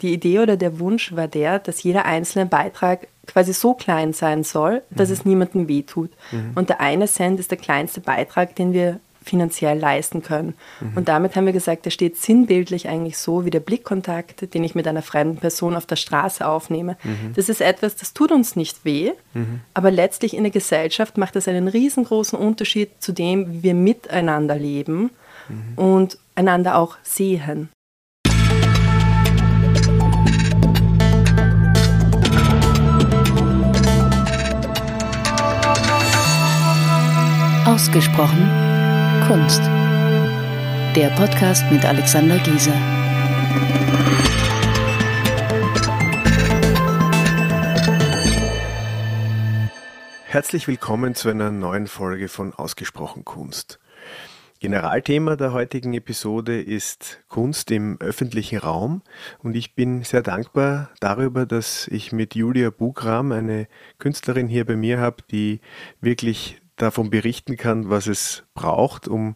die Idee oder der Wunsch war dass jeder einzelne Beitrag quasi so klein sein soll, dass es niemandem wehtut. Und der 1 Cent ist der kleinste Beitrag, den wir finanziell leisten können. Und damit haben wir gesagt, der steht sinnbildlich eigentlich so wie der Blickkontakt, den ich mit einer fremden Person auf der Straße aufnehme. Das ist etwas, das tut uns nicht weh, aber letztlich in der Gesellschaft macht das einen riesengroßen Unterschied zu dem, wie wir miteinander leben und einander auch sehen. Ausgesprochen Kunst. Der Podcast mit Alexander Gieser. Herzlich willkommen zu einer neuen Folge von Ausgesprochen Kunst. Generalthema der heutigen Episode ist Kunst im öffentlichen Raum und ich bin sehr dankbar darüber, dass ich mit Julia Bugram eine Künstlerin hier bei mir habe, die wirklich davon berichten kann, was es braucht, um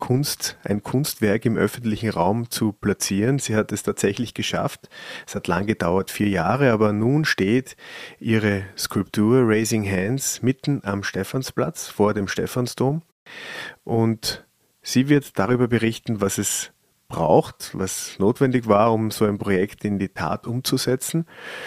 ein Kunstwerk im öffentlichen Raum zu platzieren. Sie hat es tatsächlich geschafft. Es hat lang gedauert, 4 Jahre, aber nun steht ihre Skulptur Raising Hands mitten am Stephansplatz vor dem Stephansdom und sie wird darüber berichten, was es braucht, was notwendig war, um so ein Projekt in die Tat umzusetzen.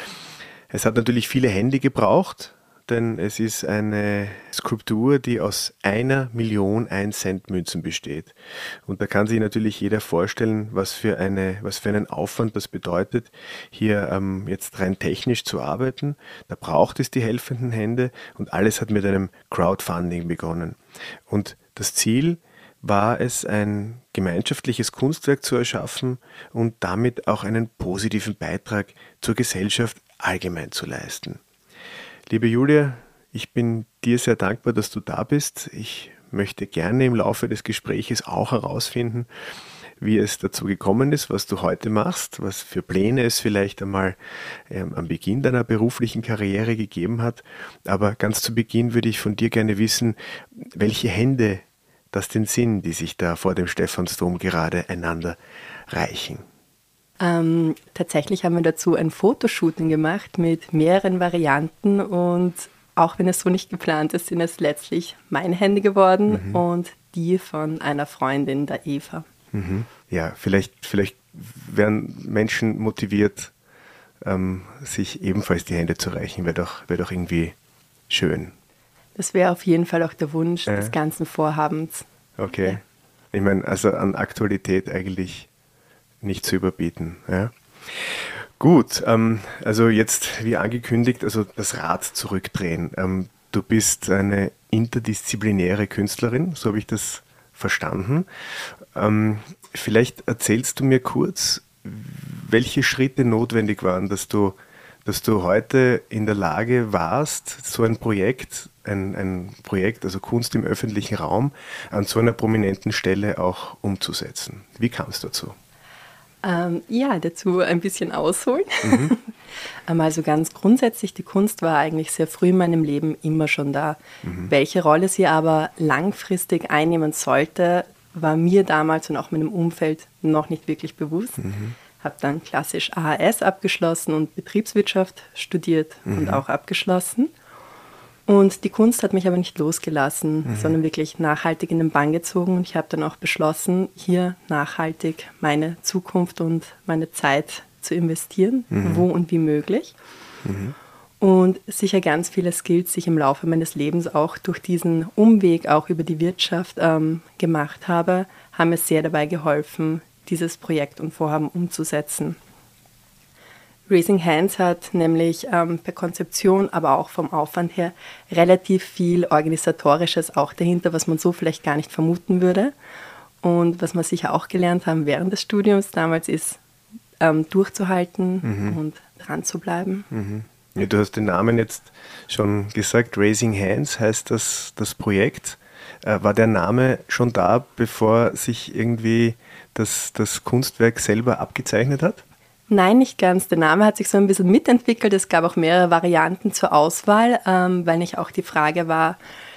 Es hat natürlich viele Hände gebraucht, denn es ist eine Skulptur, die aus 1 Million 1-Cent-Münzen besteht. Und da kann sich natürlich jeder vorstellen, was für einen Aufwand das bedeutet, hier jetzt rein technisch zu arbeiten. Da braucht es die helfenden Hände und alles hat mit einem Crowdfunding begonnen. Und das Ziel war es, ein gemeinschaftliches Kunstwerk zu erschaffen und damit auch einen positiven Beitrag zur Gesellschaft allgemein zu leisten. Liebe Julia, ich bin dir sehr dankbar, dass du da bist. Ich möchte gerne im Laufe des Gespräches auch herausfinden, wie es dazu gekommen ist, was du heute machst, was für Pläne es vielleicht einmal am Beginn deiner beruflichen Karriere gegeben hat. Aber ganz zu Beginn würde ich von dir gerne wissen, welche Hände das denn sind, die sich da vor dem Stephansdom gerade einander reichen. Tatsächlich haben wir dazu ein Fotoshooting gemacht mit mehreren Varianten und auch wenn es so nicht geplant ist, sind es letztlich meine Hände geworden und die von einer Freundin, der Eva. Ja, vielleicht werden Menschen motiviert, sich ebenfalls die Hände zu reichen. Wäre doch irgendwie schön. Das wäre auf jeden Fall auch der Wunsch des ganzen Vorhabens. Okay. Ja. Ich meine, also an Aktualität eigentlich nicht zu überbieten. Ja. Gut, also jetzt wie angekündigt, also das Rad zurückdrehen. Du bist eine interdisziplinäre Künstlerin, so habe ich das verstanden. Vielleicht erzählst du mir kurz, welche Schritte notwendig waren, dass du heute in der Lage warst, so ein Projekt, also Kunst im öffentlichen Raum, an so einer prominenten Stelle auch umzusetzen. Wie kam es dazu? Dazu ein bisschen ausholen. Also ganz grundsätzlich, die Kunst war eigentlich sehr früh in meinem Leben immer schon da. Welche Rolle sie aber langfristig einnehmen sollte, war mir damals und auch meinem Umfeld noch nicht wirklich bewusst. Habe dann klassisch AHS abgeschlossen und Betriebswirtschaft studiert und auch abgeschlossen. Und die Kunst hat mich aber nicht losgelassen, sondern wirklich nachhaltig in den Bann gezogen. Und ich habe dann auch beschlossen, hier nachhaltig meine Zukunft und meine Zeit zu investieren, wo und wie möglich. Und sicher ganz viele Skills, die ich im Laufe meines Lebens auch durch diesen Umweg auch über die Wirtschaft gemacht habe, haben mir sehr dabei geholfen, dieses Projekt und Vorhaben umzusetzen. Raising Hands hat nämlich per Konzeption, aber auch vom Aufwand her relativ viel Organisatorisches auch dahinter, was man so vielleicht gar nicht vermuten würde. Und was wir sicher auch gelernt haben während des Studiums damals ist, durchzuhalten und dran zu bleiben. Ja, du hast den Namen jetzt schon gesagt, Raising Hands heißt das Projekt. War der Name schon da, bevor sich irgendwie das Kunstwerk selber abgezeichnet hat? Nein, nicht ganz. Der Name hat sich so ein bisschen mitentwickelt. Es gab auch mehrere Varianten zur Auswahl, weil nicht auch die Frage war,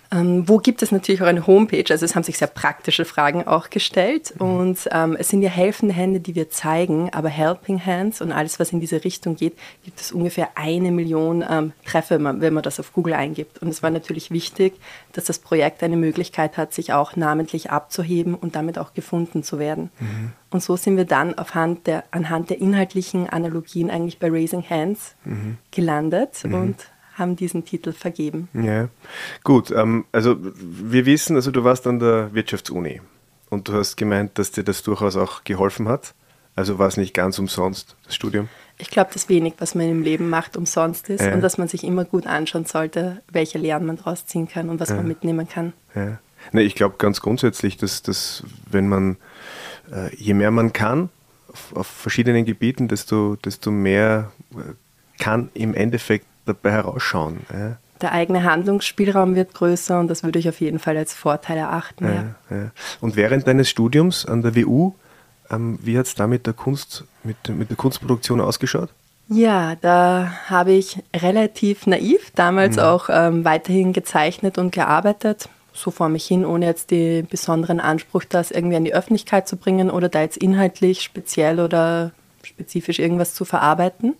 Wo gibt es natürlich auch eine Homepage, also es haben sich sehr praktische Fragen auch gestellt und es sind ja helfende Hände, die wir zeigen, aber Helping Hands und alles, was in diese Richtung geht, gibt es ungefähr 1 Million Treffer, wenn man das auf Google eingibt. Und es war natürlich wichtig, dass das Projekt eine Möglichkeit hat, sich auch namentlich abzuheben und damit auch gefunden zu werden. Und so sind wir dann anhand der inhaltlichen Analogien eigentlich bei Raising Hands gelandet und haben diesen Titel vergeben. Ja, gut. Also wir wissen, also du warst an der Wirtschaftsuni und du hast gemeint, dass dir das durchaus auch geholfen hat. Also war es nicht ganz umsonst, das Studium? Ich glaube, dass wenig, was man im Leben macht, umsonst ist und dass man sich immer gut anschauen sollte, welche Lehren man daraus ziehen kann und was man mitnehmen kann. Ja. Nee, ich glaube ganz grundsätzlich, dass wenn man, je mehr man kann auf verschiedenen Gebieten, desto mehr kann im Endeffekt dabei herausschauen. Ja. Der eigene Handlungsspielraum wird größer und das würde ich auf jeden Fall als Vorteil erachten. Ja. Und während deines Studiums an der WU, wie hat es da mit der Kunstproduktion ausgeschaut? Ja, da habe ich relativ naiv damals auch weiterhin gezeichnet und gearbeitet, so vor mich hin, ohne jetzt den besonderen Anspruch, das irgendwie an die Öffentlichkeit zu bringen oder da jetzt inhaltlich speziell oder spezifisch irgendwas zu verarbeiten.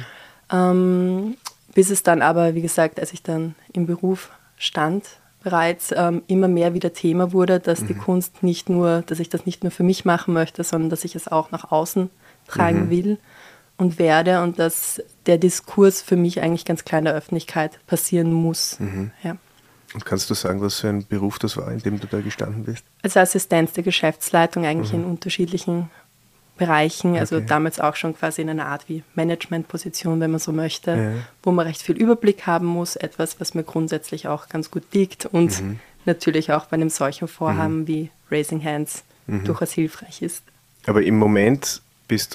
Bis es dann aber, wie gesagt, als ich dann im Beruf stand, bereits immer mehr wieder Thema wurde, dass die Kunst dass ich das nicht nur für mich machen möchte, sondern dass ich es auch nach außen tragen will und werde und dass der Diskurs für mich eigentlich ganz klar in der Öffentlichkeit passieren muss. Ja. Und kannst du sagen, was für ein Beruf das war, in dem du da gestanden bist? Als Assistenz der Geschäftsleitung eigentlich in unterschiedlichen Bereichen, also damals auch schon quasi in einer Art wie Managementposition, wenn man so möchte, wo man recht viel Überblick haben muss, etwas, was mir grundsätzlich auch ganz gut liegt und natürlich auch bei einem solchen Vorhaben wie Raising Hands durchaus hilfreich ist. Aber im Moment bist du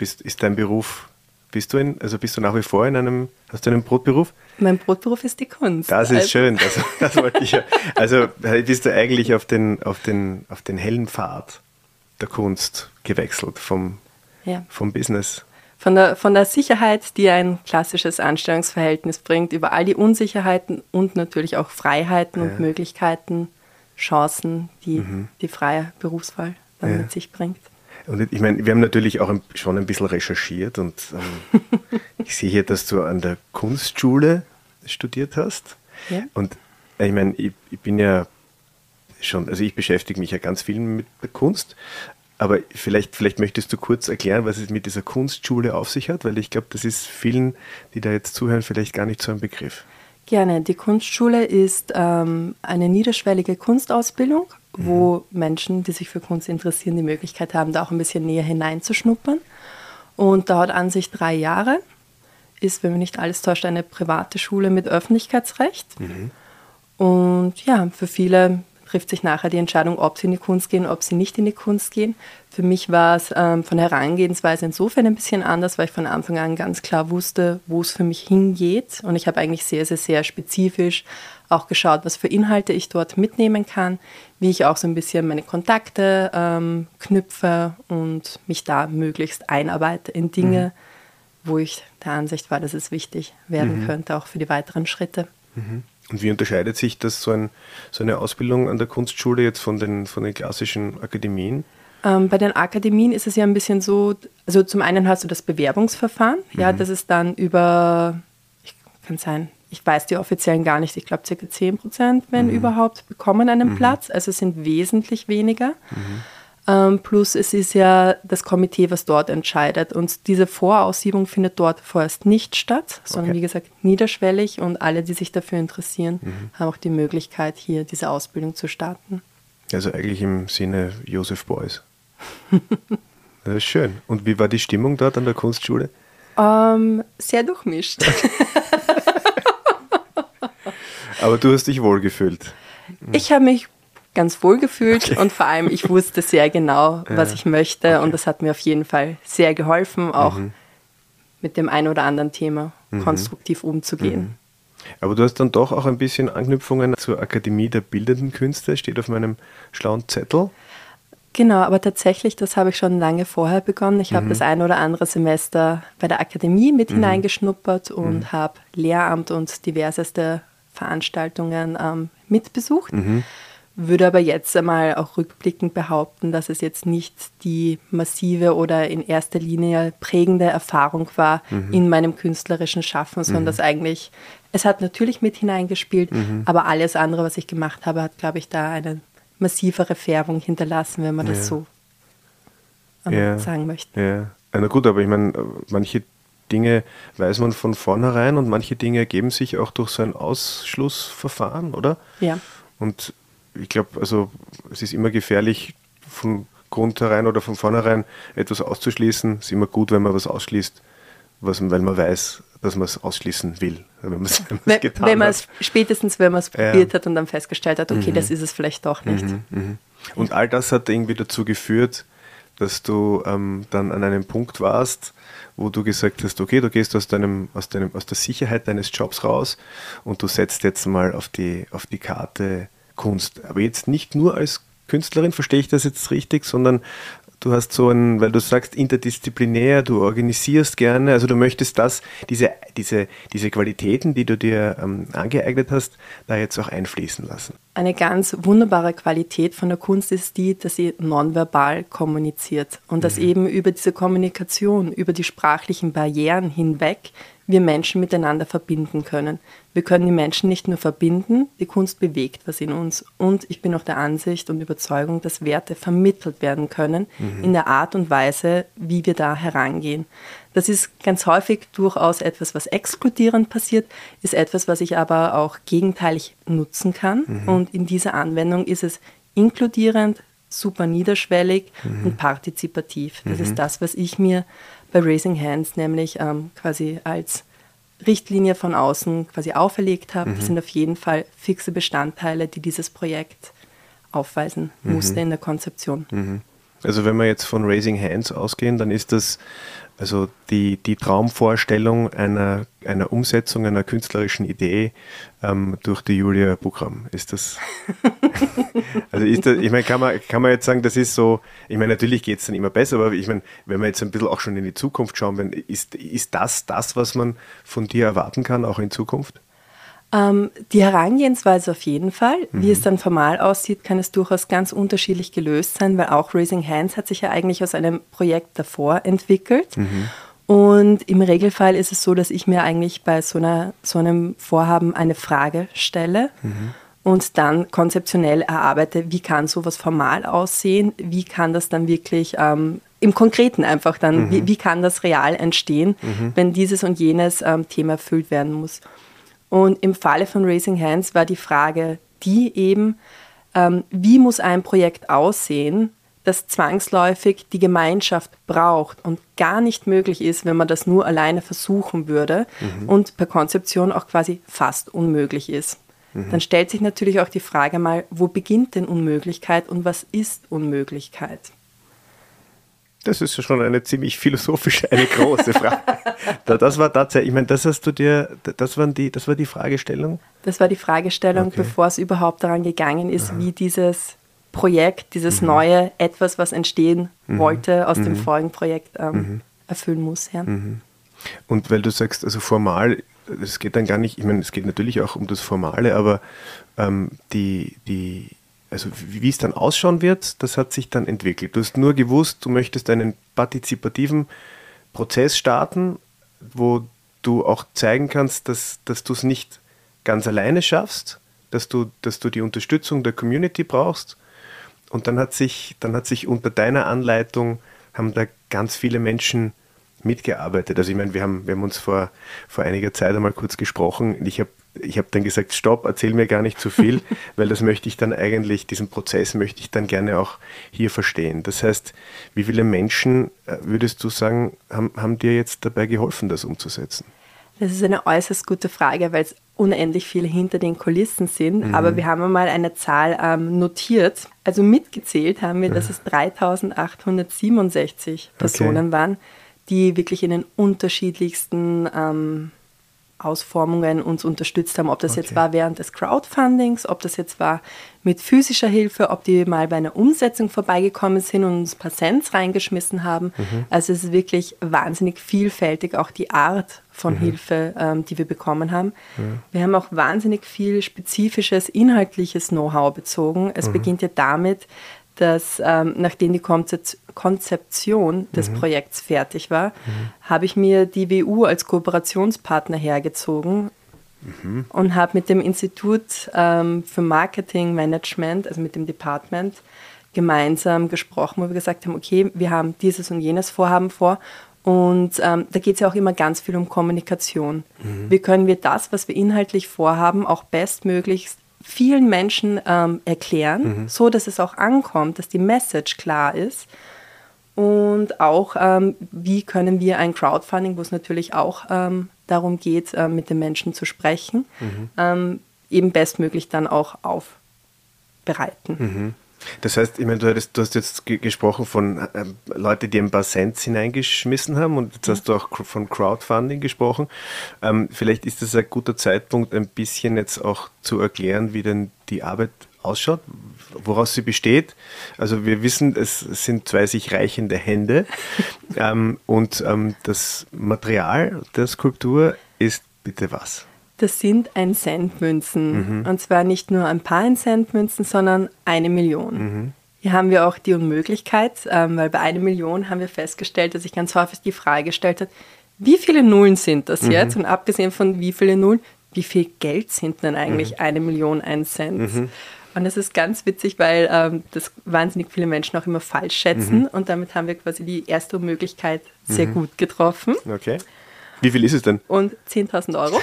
nach wie vor hast du einen Brotberuf? Mein Brotberuf ist die Kunst. Das ist schön, das wollte ich ja. Also bist du eigentlich auf den hellen Pfad der Kunst gewechselt vom Business. Von der Sicherheit, die ein klassisches Anstellungsverhältnis bringt, über all die Unsicherheiten und natürlich auch Freiheiten und Möglichkeiten, Chancen, die die freie Berufswahl dann mit sich bringt. Und ich meine, wir haben natürlich auch schon ein bisschen recherchiert und ich sehe hier, dass du an der Kunstschule studiert hast. Ja. Und ich meine, ich bin ja schon, also ich beschäftige mich ja ganz viel mit der Kunst, aber vielleicht möchtest du kurz erklären, was es mit dieser Kunstschule auf sich hat, weil ich glaube, das ist vielen, die da jetzt zuhören, vielleicht gar nicht so ein Begriff. Gerne. Die Kunstschule ist eine niederschwellige Kunstausbildung, wo Menschen, die sich für Kunst interessieren, die Möglichkeit haben, da auch ein bisschen näher hineinzuschnuppern. Und dauert an sich 3 Jahre, ist, wenn mich nicht alles täuscht, eine private Schule mit Öffentlichkeitsrecht. Und ja, für viele trifft sich nachher die Entscheidung, ob sie in die Kunst gehen, ob sie nicht in die Kunst gehen. Für mich war es von der Herangehensweise insofern ein bisschen anders, weil ich von Anfang an ganz klar wusste, wo es für mich hingeht. Und ich habe eigentlich sehr, sehr, sehr spezifisch auch geschaut, was für Inhalte ich dort mitnehmen kann, wie ich auch so ein bisschen meine Kontakte knüpfe und mich da möglichst einarbeite in Dinge, wo ich der Ansicht war, dass es wichtig werden könnte, auch für die weiteren Schritte. Und wie unterscheidet sich das so eine Ausbildung an der Kunstschule jetzt von den klassischen Akademien? Bei den Akademien ist es ja ein bisschen so, also zum einen hast du das Bewerbungsverfahren, ja, das ist dann ich weiß die offiziellen gar nicht, ich glaube ca. 10%, wenn überhaupt, bekommen einen Platz, also es sind wesentlich weniger. Plus es ist ja das Komitee, was dort entscheidet. Und diese Voraussiebung findet dort vorerst nicht statt, sondern wie gesagt niederschwellig. Und alle, die sich dafür interessieren, haben auch die Möglichkeit, hier diese Ausbildung zu starten. Also eigentlich im Sinne Joseph Beuys. Das ist schön. Und wie war die Stimmung dort an der Kunstschule? Sehr durchmischt. Aber du hast dich wohlgefühlt. Ich habe mich ganz wohl gefühlt und vor allem, ich wusste sehr genau, was ich möchte und das hat mir auf jeden Fall sehr geholfen, auch mit dem ein oder anderen Thema konstruktiv umzugehen. Aber du hast dann doch auch ein bisschen Anknüpfungen zur Akademie der Bildenden Künste, steht auf meinem schlauen Zettel. Genau, aber tatsächlich, das habe ich schon lange vorher begonnen. Ich habe das ein oder andere Semester bei der Akademie mit hineingeschnuppert und habe Lehramt und diverseste Veranstaltungen mitbesucht. Würde aber jetzt einmal auch rückblickend behaupten, dass es jetzt nicht die massive oder in erster Linie prägende Erfahrung war in meinem künstlerischen Schaffen, sondern dass eigentlich, es hat natürlich mit hineingespielt, aber alles andere, was ich gemacht habe, hat, glaube ich, da eine massivere Färbung hinterlassen, wenn man das so sagen möchte. Ja. Na gut, aber ich meine, manche Dinge weiß man von vornherein und manche Dinge ergeben sich auch durch so ein Ausschlussverfahren, oder? Ja. Und ich glaube, also es ist immer gefährlich, von Grundherein oder von vornherein etwas auszuschließen. Es ist immer gut, wenn man was ausschließt, weil man weiß, dass man es ausschließen will. Spätestens, wenn man es probiert hat und dann festgestellt hat, okay, das ist es vielleicht doch nicht. Und all das hat irgendwie dazu geführt, dass du dann an einem Punkt warst, wo du gesagt hast, okay, du gehst aus der Sicherheit deines Jobs raus und du setzt jetzt mal auf die Karte Kunst. Aber jetzt nicht nur als Künstlerin, verstehe ich das jetzt richtig, sondern du hast so weil du sagst interdisziplinär, du organisierst gerne, also du möchtest diese Qualitäten, die du dir angeeignet hast, da jetzt auch einfließen lassen. Eine ganz wunderbare Qualität von der Kunst ist die, dass sie nonverbal kommuniziert und dass eben über diese Kommunikation, über die sprachlichen Barrieren hinweg wir Menschen miteinander verbinden können. Wir können die Menschen nicht nur verbinden, die Kunst bewegt was in uns. Und ich bin auch der Ansicht und Überzeugung, dass Werte vermittelt werden können in der Art und Weise, wie wir da herangehen. Das ist ganz häufig durchaus etwas, was exkludierend passiert, ist etwas, was ich aber auch gegenteilig nutzen kann. Und in dieser Anwendung ist es inkludierend, super niederschwellig und partizipativ. Das ist das, was ich mir bei Raising Hands nämlich quasi als Richtlinie von außen quasi auferlegt habe. Das sind auf jeden Fall fixe Bestandteile, die dieses Projekt aufweisen musste in der Konzeption. Also wenn wir jetzt von Raising Hands ausgehen, dann ist das also die Traumvorstellung einer Umsetzung einer künstlerischen Idee durch die Julia Buckram. Ist das? Also ist das, ich meine, kann man jetzt sagen, das ist so, ich meine, natürlich geht es dann immer besser, aber ich meine, wenn wir jetzt ein bisschen auch schon in die Zukunft schauen, ist das, was man von dir erwarten kann, auch in Zukunft? Die Herangehensweise auf jeden Fall. Wie es dann formal aussieht, kann es durchaus ganz unterschiedlich gelöst sein, weil auch Raising Hands hat sich ja eigentlich aus einem Projekt davor entwickelt. Und im Regelfall ist es so, dass ich mir eigentlich bei so einem Vorhaben eine Frage stelle und dann konzeptionell erarbeite, wie kann sowas formal aussehen, wie kann das dann wirklich im Konkreten einfach dann, wie kann das real entstehen, wenn dieses und jenes Thema erfüllt werden muss. Und im Falle von Raising Hands war die Frage, die eben, wie muss ein Projekt aussehen, das zwangsläufig die Gemeinschaft braucht und gar nicht möglich ist, wenn man das nur alleine versuchen würde und per Konzeption auch quasi fast unmöglich ist. Dann stellt sich natürlich auch die Frage mal, wo beginnt denn Unmöglichkeit und was ist Unmöglichkeit? Das ist schon eine ziemlich philosophische, eine große Frage. Das war tatsächlich, ich meine, das war die Fragestellung? Das war die Fragestellung, okay, bevor es überhaupt daran gegangen ist, wie dieses Projekt, dieses neue Etwas, was entstehen wollte, aus dem vorigen Projekt erfüllen muss. Ja. Und weil du sagst, also formal, es geht dann gar nicht, ich meine, es geht natürlich auch um das Formale, aber also wie es dann ausschauen wird, das hat sich dann entwickelt. Du hast nur gewusst, du möchtest einen partizipativen Prozess starten, wo du auch zeigen kannst, dass du es nicht ganz alleine schaffst, dass du die Unterstützung der Community brauchst. Und dann hat sich unter deiner Anleitung, haben da ganz viele Menschen mitgearbeitet. Also ich meine, wir haben uns vor einiger Zeit einmal kurz gesprochen. Ich hab dann gesagt, stopp, erzähl mir gar nicht zu viel, weil das möchte ich dann eigentlich, diesen Prozess möchte ich dann gerne auch hier verstehen. Das heißt, wie viele Menschen, würdest du sagen, haben dir jetzt dabei geholfen, das umzusetzen? Das ist eine äußerst gute Frage, weil es unendlich viele hinter den Kulissen sind. Aber wir haben einmal eine Zahl notiert. Also mitgezählt haben wir, dass es 3.867 Personen waren, die wirklich in den unterschiedlichsten Ausformungen uns unterstützt haben, ob das jetzt war während des Crowdfundings, ob das jetzt war mit physischer Hilfe, ob die mal bei einer Umsetzung vorbeigekommen sind und uns ein paar Cents reingeschmissen haben. Also es ist wirklich wahnsinnig vielfältig, auch die Art von Hilfe, die wir bekommen haben. Wir haben auch wahnsinnig viel spezifisches, inhaltliches Know-how bezogen. Es beginnt ja damit, dass nachdem die Konzeption des Projekts fertig war, habe ich mir die WU als Kooperationspartner hergezogen und habe mit dem Institut für Marketing Management, also mit dem Department, gemeinsam gesprochen, wo wir gesagt haben, okay, wir haben dieses und jenes Vorhaben vor. Und da geht es ja auch immer ganz viel um Kommunikation. Wie können wir das, was wir inhaltlich vorhaben, auch bestmöglichst vielen Menschen erklären, so dass es auch ankommt, dass die Message klar ist. Und auch, wie können wir ein Crowdfunding, wo es natürlich auch darum geht, mit den Menschen zu sprechen, eben bestmöglich dann auch aufbereiten. Das heißt, ich meine, du hast jetzt gesprochen von Leuten, die ein paar Cents hineingeschmissen haben, und jetzt hast du auch von Crowdfunding gesprochen. Vielleicht ist das ein guter Zeitpunkt, ein bisschen jetzt auch zu erklären, wie denn die Arbeit ausschaut, woraus sie besteht. Also wir wissen, es sind zwei sich reichende Hände und das Material der Skulptur ist bitte was? Das sind 1-Cent-Münzen. Und zwar nicht nur ein paar 1-Cent-Münzen, sondern 1 Million. Hier haben wir auch die Unmöglichkeit, weil bei 1 Million haben wir festgestellt, dass sich ganz häufig die Frage gestellt hat, wie viele Nullen sind das jetzt? Und abgesehen von wie viele Nullen, wie viel Geld sind denn eigentlich 1 Million 1 Cent? Und das ist ganz witzig, weil das wahnsinnig viele Menschen auch immer falsch schätzen. Und damit haben wir quasi die erste Möglichkeit sehr gut getroffen. Okay. Wie viel ist es denn? Und 10.000 Euro.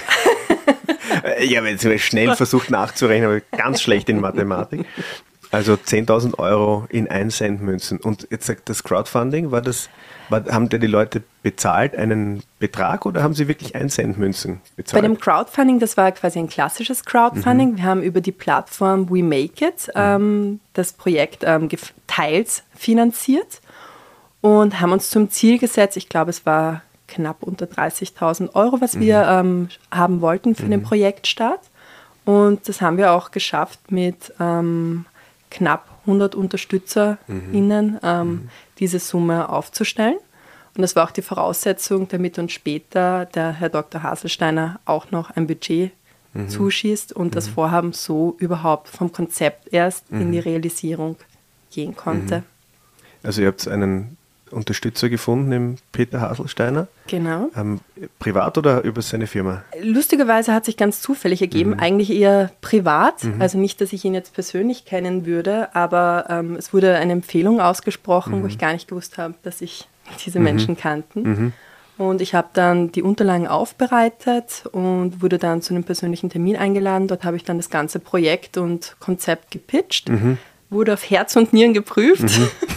Ich habe jetzt schnell versucht nachzurechnen, aber ganz schlecht in Mathematik. Also 10.000 Euro in 1-Cent-Münzen. Und jetzt sagt das Crowdfunding, haben die Leute bezahlt einen Betrag oder haben sie wirklich 1-Cent-Münzen bezahlt? Bei dem Crowdfunding, das war quasi ein klassisches Crowdfunding. Wir haben über die Plattform We Make It das Projekt teils finanziert und haben uns zum Ziel gesetzt, ich glaube, es war knapp unter 30.000 Euro, was wir haben wollten für den Projektstart. Und das haben wir auch geschafft mit knapp 100 UnterstützerInnen, diese Summe aufzustellen. Und das war auch die Voraussetzung, damit uns später der Herr Dr. Haselsteiner auch noch ein Budget zuschießt und das Vorhaben so überhaupt vom Konzept erst in die Realisierung gehen konnte. Also ihr habt einen Unterstützer gefunden, im Peter Haselsteiner. Genau. Privat oder über seine Firma? Lustigerweise hat sich ganz zufällig ergeben, eigentlich eher privat. Also nicht, dass ich ihn jetzt persönlich kennen würde, aber es wurde eine Empfehlung ausgesprochen, wo ich gar nicht gewusst habe, dass ich diese Menschen kannten. Und ich habe dann die Unterlagen aufbereitet und wurde dann zu einem persönlichen Termin eingeladen. Dort habe ich dann das ganze Projekt und Konzept gepitcht, wurde auf Herz und Nieren geprüft.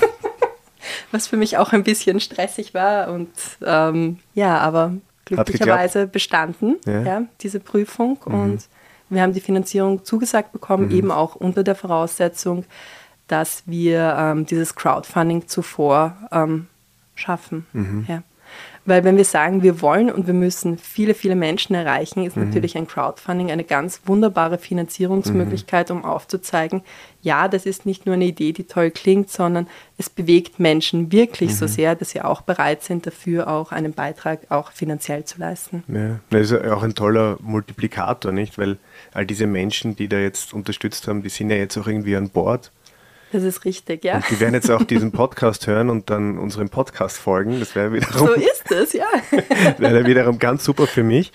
Was für mich auch ein bisschen stressig war und aber glücklicherweise bestanden, diese Prüfung. Und wir haben die Finanzierung zugesagt bekommen, eben auch unter der Voraussetzung, dass wir dieses Crowdfunding zuvor schaffen. Ja. Weil wenn wir sagen, wir wollen und wir müssen viele, viele Menschen erreichen, ist natürlich ein Crowdfunding eine ganz wunderbare Finanzierungsmöglichkeit, um aufzuzeigen, ja, das ist nicht nur eine Idee, die toll klingt, sondern es bewegt Menschen wirklich so sehr, dass sie auch bereit sind, dafür auch einen Beitrag auch finanziell zu leisten. Ja, das ist auch ein toller Multiplikator, nicht? Weil all diese Menschen, die da jetzt unterstützt haben, die sind ja jetzt auch irgendwie an Bord. Das ist richtig, ja. Und die werden jetzt auch diesen Podcast hören und dann unserem Podcast folgen. Das wäre wiederum. So ist es, ja. Wäre wiederum ganz super für mich.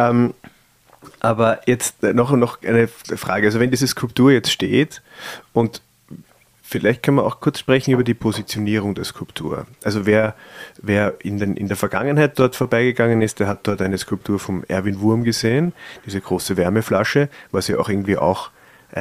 Aber jetzt noch eine Frage. Also wenn diese Skulptur jetzt steht und vielleicht können wir auch kurz sprechen über die Positionierung der Skulptur. Also wer in der Vergangenheit dort vorbeigegangen ist, der hat dort eine Skulptur vom Erwin Wurm gesehen, diese große Wärmeflasche, was ja auch irgendwie auch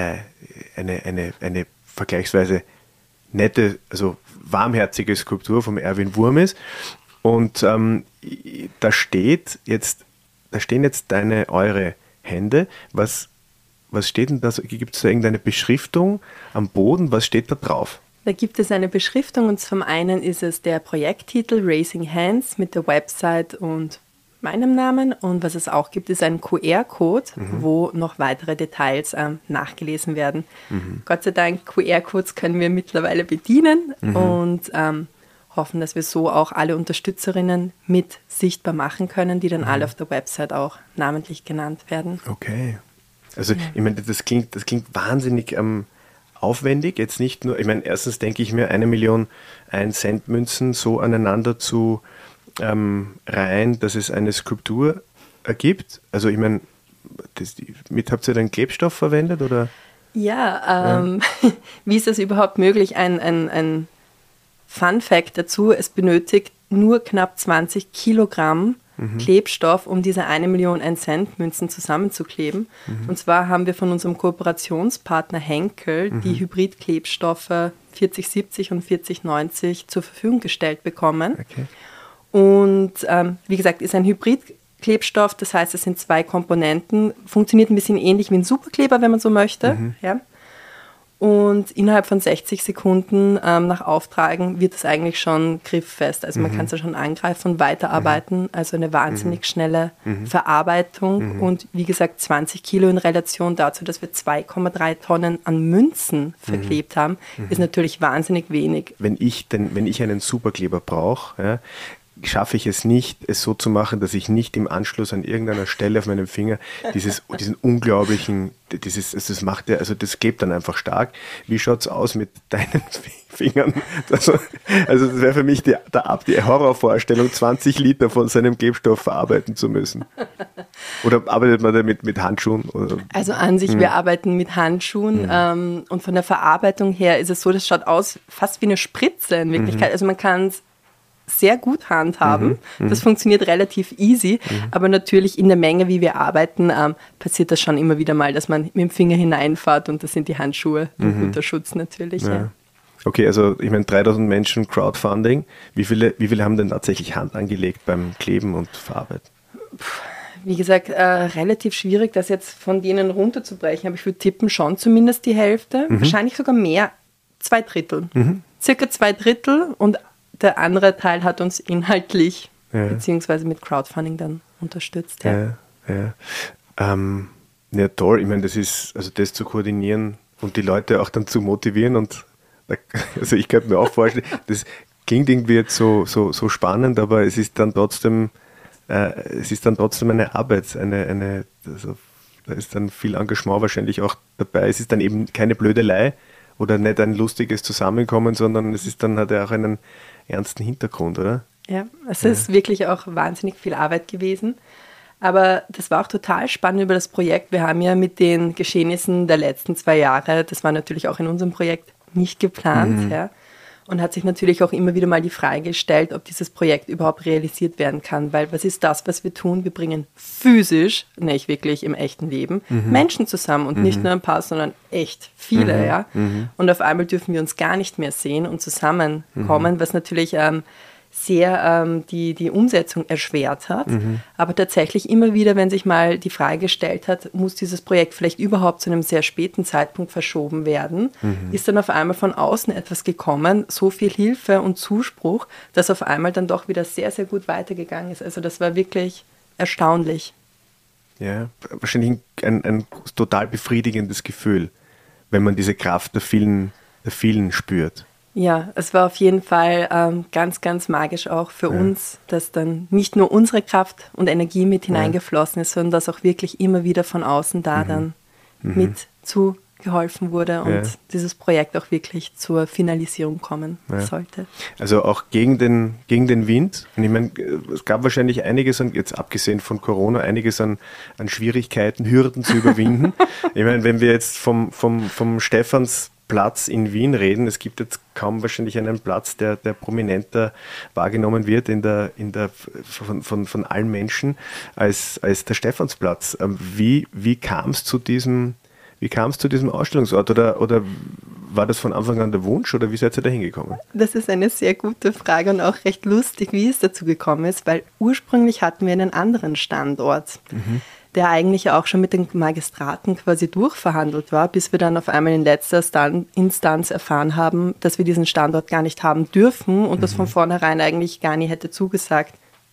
eine vergleichsweise nette, also warmherzige Skulptur vom Erwin Wurm ist. Und da stehen jetzt eure Hände. Was steht denn da? Gibt es da irgendeine Beschriftung am Boden? Was steht da drauf? Da gibt es eine Beschriftung und zum einen ist es der Projekttitel Raising Hands mit der Website und meinem Namen. Und was es auch gibt, ist ein QR-Code, wo noch weitere Details nachgelesen werden. Gott sei Dank, QR-Codes können wir mittlerweile bedienen und hoffen, dass wir so auch alle Unterstützerinnen mit sichtbar machen können, die dann alle auf der Website auch namentlich genannt werden. Okay. Also ich meine, das klingt wahnsinnig aufwendig. Jetzt nicht nur, ich meine, erstens denke ich mir, 1 Million 1-Cent-Münzen so aneinander zu reihen, dass es eine Skulptur ergibt. Also ich meine, habt ihr dann Klebstoff verwendet oder? Ja, wie ist das überhaupt möglich? Ein Fun Fact dazu, es benötigt nur knapp 20 Kilogramm Klebstoff, um diese 1 Million 1-Cent-Münzen zusammenzukleben. Und zwar haben wir von unserem Kooperationspartner Henkel die Hybridklebstoffe 4070 und 4090 zur Verfügung gestellt bekommen. Okay. Und wie gesagt, ist ein Hybridklebstoff, das heißt, es sind 2 Komponenten, funktioniert ein bisschen ähnlich wie ein Superkleber, wenn man so möchte. Ja. Und innerhalb von 60 Sekunden nach Auftragen wird es eigentlich schon grifffest. Also man kann es ja schon angreifen und weiterarbeiten. Also eine wahnsinnig schnelle Verarbeitung. Und wie gesagt, 20 Kilo in Relation dazu, dass wir 2,3 Tonnen an Münzen verklebt haben, ist natürlich wahnsinnig wenig. Wenn ich einen Superkleber brauche, ja, schaffe ich es nicht, es so zu machen, dass ich nicht im Anschluss an irgendeiner Stelle auf meinem Finger diesen unglaublichen, das klebt dann einfach stark. Wie schaut es aus mit deinen Fingern? Also das wäre für mich die Horrorvorstellung, 20 Liter von seinem Klebstoff verarbeiten zu müssen. Oder arbeitet man damit mit Handschuhen? Oder? Also an sich, wir arbeiten mit Handschuhen und von der Verarbeitung her ist es so, das schaut aus fast wie eine Spritze in Wirklichkeit. Also man kann es sehr gut handhaben. Das funktioniert relativ easy, aber natürlich in der Menge, wie wir arbeiten, passiert das schon immer wieder mal, dass man mit dem Finger hineinfährt und das sind die Handschuhe ein guter Schutz natürlich. Ja. Okay, also ich meine 3000 Menschen Crowdfunding. Wie viele haben denn tatsächlich Hand angelegt beim Kleben und Verarbeiten? Wie gesagt, relativ schwierig, das jetzt von denen runterzubrechen, aber ich würde tippen, schon zumindest die Hälfte, wahrscheinlich sogar mehr, 2/3. Circa 2/3 und der andere Teil hat uns inhaltlich beziehungsweise mit Crowdfunding dann unterstützt. Ja, toll. Ich meine, das zu koordinieren und die Leute auch dann zu motivieren also ich könnte mir auch vorstellen, das klingt irgendwie jetzt so spannend, aber es ist dann trotzdem eine Arbeit, also da ist dann viel Engagement wahrscheinlich auch dabei. Es ist dann eben keine Blödelei oder nicht ein lustiges Zusammenkommen, sondern es ist dann, hat ja auch einen ernsten Hintergrund, oder? Ja, es ist wirklich auch wahnsinnig viel Arbeit gewesen. Aber das war auch total spannend über das Projekt. Wir haben ja mit den Geschehnissen der letzten 2 Jahre, das war natürlich auch in unserem Projekt nicht geplant, und hat sich natürlich auch immer wieder mal die Frage gestellt, ob dieses Projekt überhaupt realisiert werden kann. Weil was ist das, was wir tun? Wir bringen physisch, nicht wirklich im echten Leben, Menschen zusammen und nicht nur ein paar, sondern echt viele. Und auf einmal dürfen wir uns gar nicht mehr sehen und zusammenkommen, was natürlich sehr die Umsetzung erschwert hat. Aber tatsächlich immer wieder, wenn sich mal die Frage gestellt hat, muss dieses Projekt vielleicht überhaupt zu einem sehr späten Zeitpunkt verschoben werden, ist dann auf einmal von außen etwas gekommen, so viel Hilfe und Zuspruch, dass auf einmal dann doch wieder sehr, sehr gut weitergegangen ist. Also das war wirklich erstaunlich. Ja, wahrscheinlich ein total befriedigendes Gefühl, wenn man diese Kraft der vielen spürt. Ja, es war auf jeden Fall ganz, ganz magisch auch für uns, dass dann nicht nur unsere Kraft und Energie mit hineingeflossen ist, sondern dass auch wirklich immer wieder von außen da dann mit zugeholfen wurde und dieses Projekt auch wirklich zur Finalisierung kommen sollte. Also auch gegen den Wind. Und ich meine, es gab wahrscheinlich einiges an, jetzt abgesehen von Corona, einiges an Schwierigkeiten, Hürden zu überwinden. Ich meine, wenn wir jetzt vom Stephansplatz in Wien reden. Es gibt jetzt kaum wahrscheinlich einen Platz, der prominenter wahrgenommen wird von allen Menschen als der Stephansplatz. Wie kam es zu diesem Ausstellungsort oder war das von Anfang an der Wunsch oder wie seid ihr da hingekommen? Das ist eine sehr gute Frage und auch recht lustig, wie es dazu gekommen ist, weil ursprünglich hatten wir einen anderen Standort, der eigentlich auch schon mit den Magistraten quasi durchverhandelt war, bis wir dann auf einmal in letzter Instanz erfahren haben, dass wir diesen Standort gar nicht haben dürfen und das von vornherein eigentlich gar nie hätte zugesagt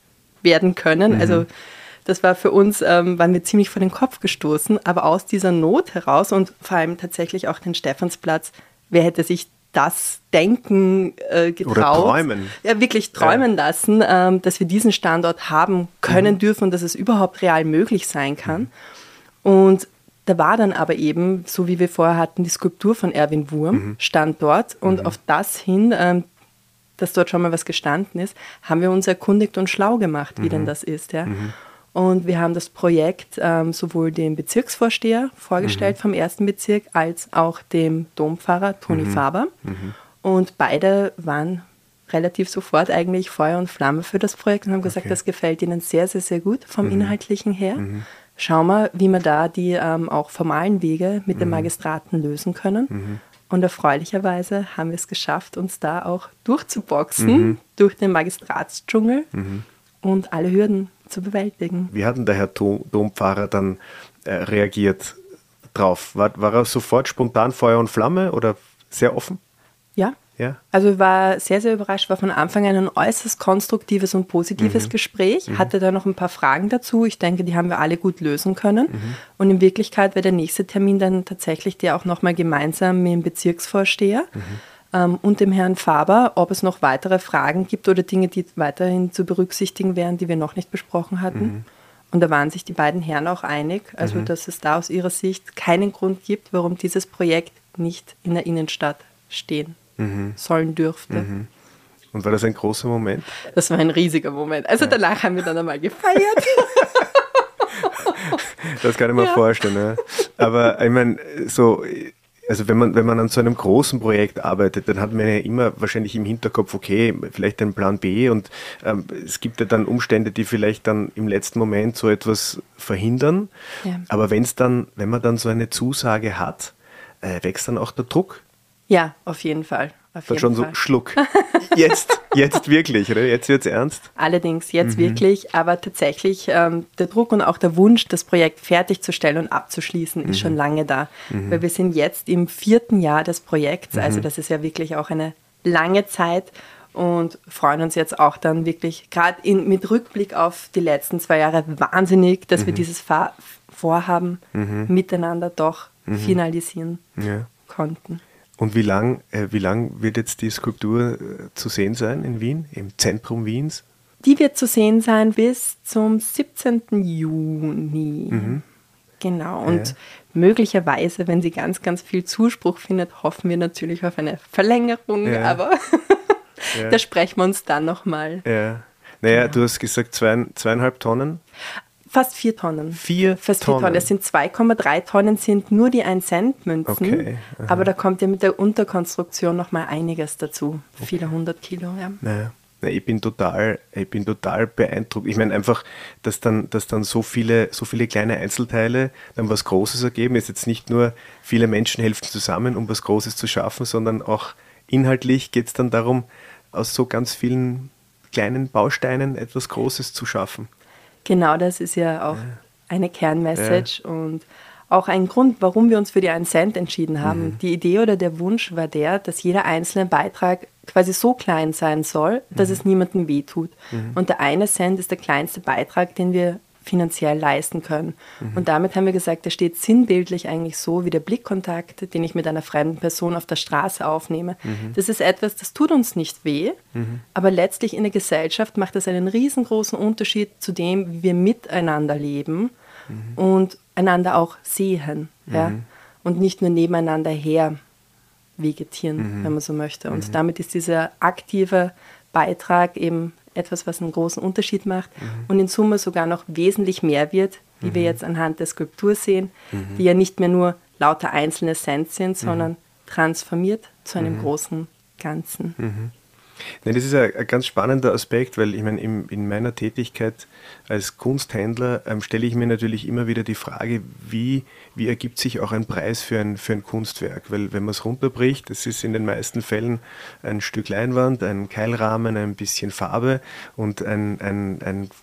werden können. Also das war für uns, waren wir ziemlich vor den Kopf gestoßen, aber aus dieser Not heraus und vor allem tatsächlich auch den Stephansplatz, wer hätte sich das Denken getraut. Oder träumen. Ja, wirklich träumen lassen, dass wir diesen Standort haben können dürfen und dass es überhaupt real möglich sein kann. Und da war dann aber eben, so wie wir vorher hatten, die Skulptur von Erwin Wurm stand dort und auf das hin, dass dort schon mal was gestanden ist, haben wir uns erkundigt und schlau gemacht, wie denn das ist. Ja. Und wir haben das Projekt sowohl dem Bezirksvorsteher vorgestellt vom 1. Bezirk als auch dem Dompfarrer Toni Faber. Und beide waren relativ sofort eigentlich Feuer und Flamme für das Projekt und haben gesagt, das gefällt ihnen sehr, sehr, sehr gut vom Inhaltlichen her. Schauen wir, wie wir da die auch formalen Wege mit den Magistraten lösen können. Und erfreulicherweise haben wir es geschafft, uns da auch durchzuboxen durch den Magistratsdschungel und alle Hürden zu bewältigen. Wie hat denn der Herr Dompfarrer dann reagiert drauf? War er sofort spontan Feuer und Flamme oder sehr offen? Ja. Also ich war sehr, sehr überrascht, war von Anfang an ein äußerst konstruktives und positives Gespräch, hatte da noch ein paar Fragen dazu. Ich denke, die haben wir alle gut lösen können. Und in Wirklichkeit wäre der nächste Termin dann tatsächlich der auch nochmal gemeinsam mit dem Bezirksvorsteher und dem Herrn Faber, ob es noch weitere Fragen gibt oder Dinge, die weiterhin zu berücksichtigen wären, die wir noch nicht besprochen hatten. Und da waren sich die beiden Herren auch einig, also dass es da aus ihrer Sicht keinen Grund gibt, warum dieses Projekt nicht in der Innenstadt stehen sollen dürfte. Und war das ein großer Moment? Das war ein riesiger Moment. Also danach haben wir dann einmal gefeiert. Das kann ich mir vorstellen. Ja. Aber ich meine, also wenn man an so einem großen Projekt arbeitet, dann hat man ja immer wahrscheinlich im Hinterkopf, okay, vielleicht einen Plan B und es gibt ja dann Umstände, die vielleicht dann im letzten Moment so etwas verhindern. Ja. Aber wenn man dann so eine Zusage hat, wächst dann auch der Druck? Ja, auf jeden Fall. Dann schon so Schluck. Jetzt wirklich, oder? Jetzt wird es ernst? Allerdings, jetzt wirklich. Aber tatsächlich, der Druck und auch der Wunsch, das Projekt fertigzustellen und abzuschließen, ist schon lange da. Weil wir sind jetzt im 4. Jahr des Projekts. Also das ist ja wirklich auch eine lange Zeit. Und freuen uns jetzt auch dann wirklich, gerade mit Rückblick auf die letzten 2 Jahre, wahnsinnig, dass wir dieses Vorhaben miteinander doch finalisieren konnten. Und wie lang wird jetzt die Skulptur zu sehen sein in Wien, im Zentrum Wiens? Die wird zu sehen sein bis zum 17. Juni. Genau. Und möglicherweise, wenn sie ganz, ganz viel Zuspruch findet, hoffen wir natürlich auf eine Verlängerung. Aber da sprechen wir uns dann nochmal. Ja. Naja, du hast gesagt 2,5 Tonnen. Fast 4 Tonnen. Fast 4 Tonnen. Das sind 2,3 Tonnen, sind nur die 1-Cent-Münzen. Okay. Aber da kommt ja mit der Unterkonstruktion noch mal einiges dazu. Viele 100 Kilo, ja. Naja. Ich bin total beeindruckt. Ich meine einfach, dass dann so viele kleine Einzelteile dann was Großes ergeben. Es ist jetzt nicht nur, viele Menschen helfen zusammen, um was Großes zu schaffen, sondern auch inhaltlich geht es dann darum, aus so ganz vielen kleinen Bausteinen etwas Großes zu schaffen. Genau, das ist ja auch eine Kernmessage und auch ein Grund, warum wir uns für die 1 Cent entschieden haben. Die Idee oder der Wunsch war dass jeder einzelne Beitrag quasi so klein sein soll, dass es niemandem wehtut. Und der 1 Cent ist der kleinste Beitrag, den wir finanziell leisten können. Und damit haben wir gesagt, der steht sinnbildlich eigentlich so wie der Blickkontakt, den ich mit einer fremden Person auf der Straße aufnehme. Das ist etwas, das tut uns nicht weh, aber letztlich in der Gesellschaft macht das einen riesengroßen Unterschied zu dem, wie wir miteinander leben und einander auch sehen. Ja? Und nicht nur nebeneinander her vegetieren, wenn man so möchte. Und damit ist dieser aktive Beitrag eben etwas, was einen großen Unterschied macht und in Summe sogar noch wesentlich mehr wird, wie wir jetzt anhand der Skulptur sehen, die ja nicht mehr nur lauter einzelne Cent sind, sondern transformiert zu einem großen Ganzen. Nein, das ist ein ganz spannender Aspekt, weil ich meine, in meiner Tätigkeit als Kunsthändler stelle ich mir natürlich immer wieder die Frage, wie ergibt sich auch ein Preis für ein Kunstwerk? Weil wenn man es runterbricht, das ist in den meisten Fällen ein Stück Leinwand, ein Keilrahmen, ein bisschen Farbe und ein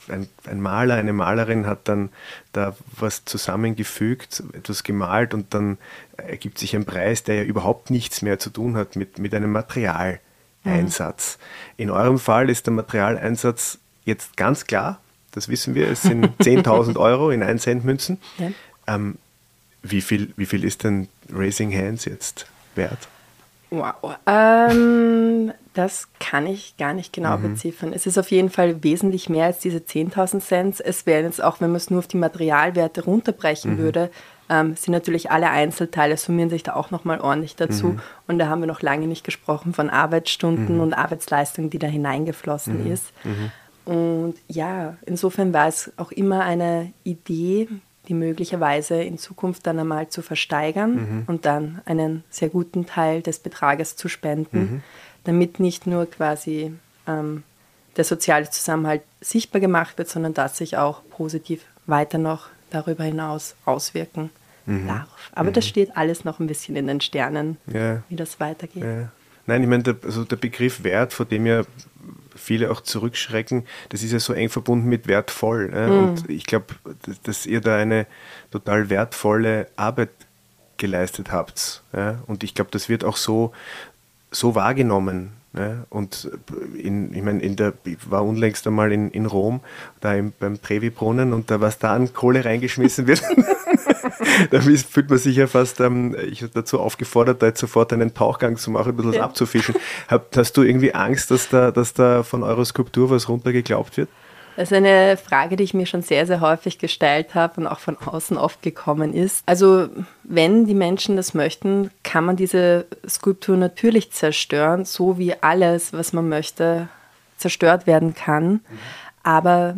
Maler, eine Malerin hat dann da was zusammengefügt, etwas gemalt und dann ergibt sich ein Preis, der ja überhaupt nichts mehr zu tun hat mit einem Materialeinsatz. In eurem Fall ist der Materialeinsatz jetzt ganz klar das wissen wir, es sind 10.000 Euro in 1 Cent Münzen. Ja. Wie viel ist denn Raising Hands jetzt wert? Wow, das kann ich gar nicht genau beziffern. Es ist auf jeden Fall wesentlich mehr als diese 10.000 Cent. Es wären jetzt auch, wenn man es nur auf die Materialwerte runterbrechen würde, sind natürlich alle Einzelteile, summieren sich da auch nochmal ordentlich dazu. Und da haben wir noch lange nicht gesprochen von Arbeitsstunden und Arbeitsleistung, die da hineingeflossen ist. Und ja, insofern war es auch immer eine Idee, die möglicherweise in Zukunft dann einmal zu versteigern und dann einen sehr guten Teil des Betrages zu spenden, damit nicht nur quasi der soziale Zusammenhalt sichtbar gemacht wird, sondern dass sich auch positiv weiter noch darüber hinaus auswirken darf. Aber das steht alles noch ein bisschen in den Sternen, wie das weitergeht. Ja. Nein, ich meine, der Begriff Wert, vor dem ja viele auch zurückschrecken, das ist ja so eng verbunden mit wertvoll. Und ich glaube, dass ihr da eine total wertvolle Arbeit geleistet habt. Und ich glaube, das wird auch so wahrgenommen. Und ich war unlängst einmal in Rom, beim Trevi-Brunnen, und was da an Kohle reingeschmissen wird, da fühlt man sich ja fast, ich habe dazu aufgefordert, da jetzt sofort einen Tauchgang zu machen, ein bisschen abzufischen. Hast du irgendwie Angst, dass da von eurer Skulptur was runtergeglaubt wird? Das ist eine Frage, die ich mir schon sehr, sehr häufig gestellt habe und auch von außen oft gekommen ist. Also wenn die Menschen das möchten, kann man diese Skulptur natürlich zerstören, so wie alles, was man möchte, zerstört werden kann. Aber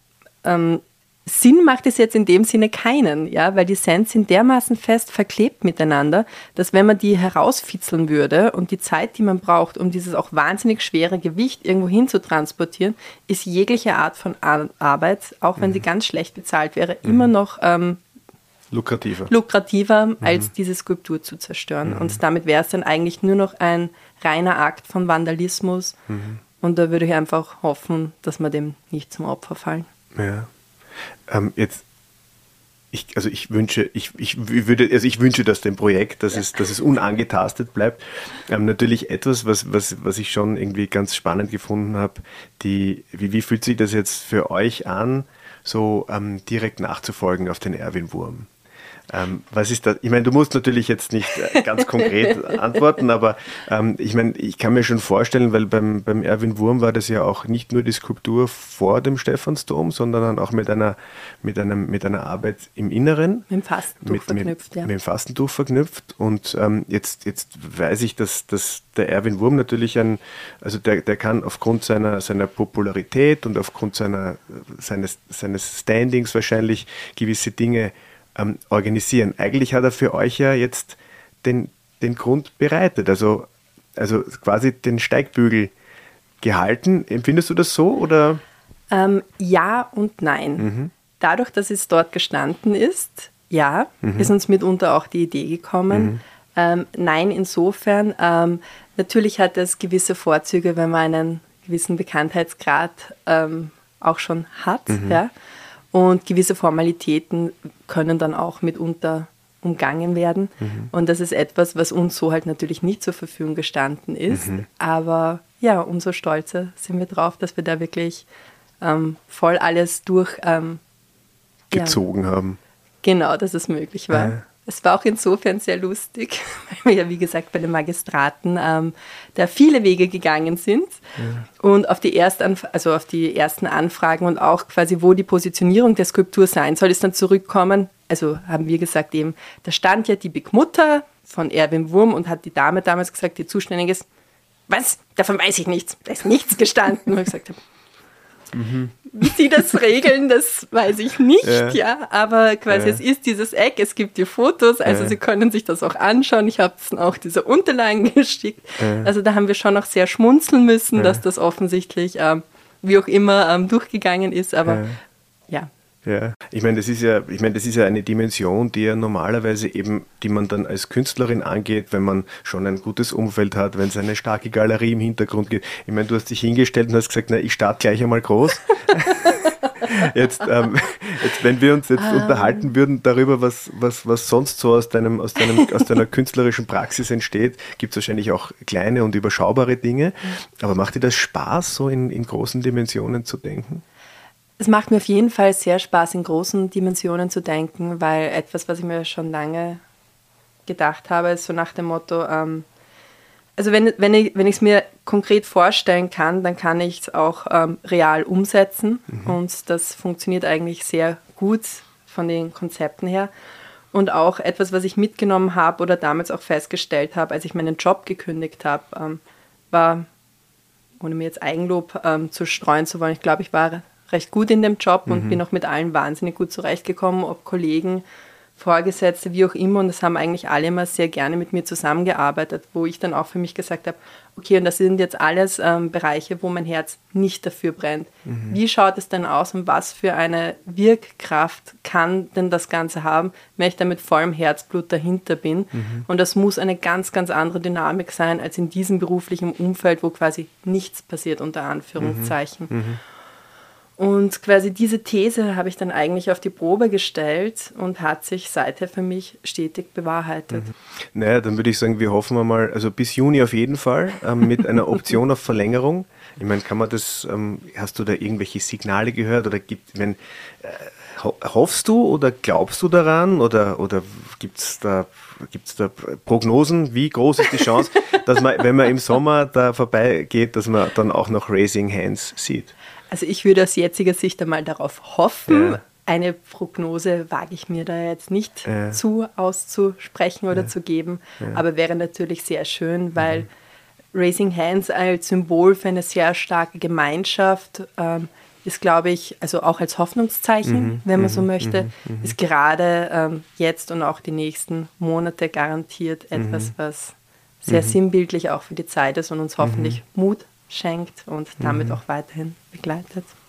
Sinn macht es jetzt in dem Sinne keinen, ja, weil die Cents sind dermaßen fest verklebt miteinander, dass wenn man die herausfitzeln würde und die Zeit, die man braucht, um dieses auch wahnsinnig schwere Gewicht irgendwo hin zu transportieren, ist jegliche Art von Arbeit, auch wenn sie ganz schlecht bezahlt wäre, immer noch lukrativer als diese Skulptur zu zerstören. Und damit wäre es dann eigentlich nur noch ein reiner Akt von Vandalismus. Und da würde ich einfach hoffen, dass wir dem nicht zum Opfer fallen. Ja. Ich wünsche das dem Projekt, dass es unangetastet bleibt. Natürlich etwas, was ich schon irgendwie ganz spannend gefunden habe, wie fühlt sich das jetzt für euch an, so direkt nachzufolgen auf den Erwin Wurm? Was ist das? Ich meine, du musst natürlich jetzt nicht ganz konkret antworten, aber ich kann mir schon vorstellen, weil beim Erwin Wurm war das ja auch nicht nur die Skulptur vor dem Stephansdom, sondern dann auch mit einer Arbeit im Inneren. Mit dem Fastentuch verknüpft, ja. Mit dem Fastentuch verknüpft. Und jetzt weiß ich, dass der Erwin Wurm natürlich der kann aufgrund seiner Popularität und aufgrund seines Standings wahrscheinlich gewisse Dinge organisieren. Eigentlich hat er für euch ja jetzt den Grund bereitet, also quasi den Steigbügel gehalten. Empfindest du das so, oder? Ja und nein. Dadurch, dass es dort gestanden ist, ist uns mitunter auch die Idee gekommen. Nein, insofern, natürlich hat es gewisse Vorzüge, wenn man einen gewissen Bekanntheitsgrad auch schon hat, ja. Und gewisse Formalitäten können dann auch mitunter umgangen werden. Und das ist etwas, was uns so halt natürlich nicht zur Verfügung gestanden ist. Aber ja, umso stolzer sind wir drauf, dass wir da wirklich voll alles gezogen haben. Genau, dass es möglich war. Es war auch insofern sehr lustig, weil wir ja, wie gesagt, bei den Magistraten da viele Wege gegangen sind. Und auf die ersten Anfragen und auch quasi, wo die Positionierung der Skulptur sein soll, ist dann zurückkommen. Also haben wir gesagt eben, da stand ja die Big Mutter von Erwin Wurm und hat die Dame damals gesagt, die zuständig ist, was? Davon weiß ich nichts. Da ist nichts gestanden. Und ich gesagt habe, wie sie das regeln, das weiß ich nicht, aber quasi es ist dieses Eck, es gibt die Fotos, also Sie können sich das auch anschauen, ich habe es auch diese Unterlagen geschickt, also da haben wir schon noch sehr schmunzeln müssen, dass das offensichtlich, wie auch immer, durchgegangen ist, aber ja. Ja, ich meine, das ist ja eine Dimension, die ja normalerweise eben, die man dann als Künstlerin angeht, wenn man schon ein gutes Umfeld hat, wenn es eine starke Galerie im Hintergrund gibt. Ich meine, du hast dich hingestellt und hast gesagt, na, ich starte gleich einmal groß. Jetzt, wenn wir uns jetzt unterhalten würden darüber, was sonst so aus deiner künstlerischen Praxis entsteht, gibt es wahrscheinlich auch kleine und überschaubare Dinge. Aber macht dir das Spaß, so in großen Dimensionen zu denken? Es macht mir auf jeden Fall sehr Spaß, in großen Dimensionen zu denken, weil etwas, was ich mir schon lange gedacht habe, ist so nach dem Motto, also wenn ich es mir konkret vorstellen kann, dann kann ich es auch real umsetzen und das funktioniert eigentlich sehr gut von den Konzepten her. Und auch etwas, was ich mitgenommen habe oder damals auch festgestellt habe, als ich meinen Job gekündigt habe, war, ohne mir jetzt Eigenlob zu streuen zu wollen, ich glaube, ich war recht gut in dem Job und bin auch mit allen wahnsinnig gut zurechtgekommen, ob Kollegen, Vorgesetzte, wie auch immer. Und das haben eigentlich alle immer sehr gerne mit mir zusammengearbeitet, wo ich dann auch für mich gesagt habe, okay, und das sind jetzt alles Bereiche, wo mein Herz nicht dafür brennt. Wie schaut es denn aus und was für eine Wirkkraft kann denn das Ganze haben, wenn ich da mit vollem Herzblut dahinter bin? Und das muss eine ganz, ganz andere Dynamik sein, als in diesem beruflichen Umfeld, wo quasi nichts passiert, unter Anführungszeichen. Und quasi diese These habe ich dann eigentlich auf die Probe gestellt und hat sich seither für mich stetig bewahrheitet. Naja, dann würde ich sagen, wir hoffen mal, also bis Juni auf jeden Fall, mit einer Option auf Verlängerung. Ich meine, kann man das, hast du da irgendwelche Signale gehört oder hoffst du oder glaubst du daran oder gibt es da Prognosen? Wie groß ist die Chance, dass man, wenn man im Sommer da vorbeigeht, dass man dann auch noch Raising Hands sieht? Also ich würde aus jetziger Sicht einmal darauf hoffen. Ja. Eine Prognose wage ich mir da jetzt nicht auszusprechen oder zu geben, aber wäre natürlich sehr schön, weil Raising Hands als Symbol für eine sehr starke Gemeinschaft ist, glaube ich, also auch als Hoffnungszeichen, wenn man so möchte, ist gerade jetzt und auch die nächsten Monate garantiert etwas, was sehr sinnbildlich auch für die Zeit ist und uns hoffentlich Mut schenkt und damit auch weiterhin begleitet.